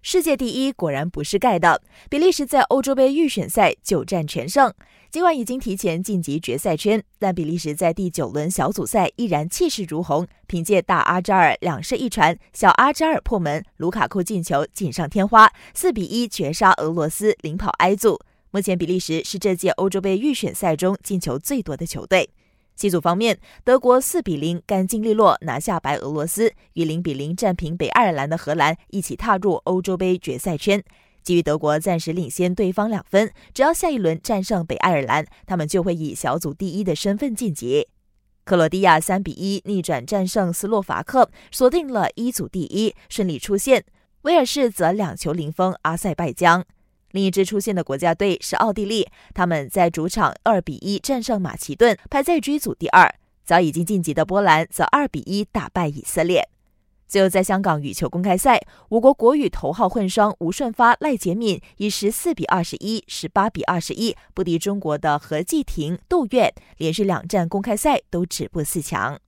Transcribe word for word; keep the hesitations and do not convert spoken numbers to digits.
世界第一果然不是盖的，比利时在欧洲杯预选赛九战全胜。尽管已经提前晋级决赛圈，但比利时在第九轮小组赛依然气势如虹，凭借大阿扎尔两射一传，小阿扎尔破门，卢卡库进球锦上添花，四比一绝杀俄罗斯，领跑 I 组。目前比利时是这届欧洲杯预选赛中进球最多的球队。C 组方面，德国四比零干净利落拿下白俄罗斯，与零比零战平北爱尔兰的荷兰一起踏入欧洲杯决赛圈。基于德国暂时领先对方两分，只要下一轮战胜北爱尔兰，他们就会以小组第一的身份晋级。克罗地亚三比一逆转战胜斯洛伐克，锁定了一组第一，顺利出线。威尔士则两球零封阿塞拜疆。另一支出现的国家队是奥地利，他们在主场二比一战胜马其顿，排在 G 组第二。早已经晋级的波兰则二比一打败以色列。最后在香港羽球公开赛，我国国羽头号混双吴顺发、赖洁敏以十四比二十一、十八比二十一不敌中国的何继婷、杜月，连续两战公开赛都止步四强。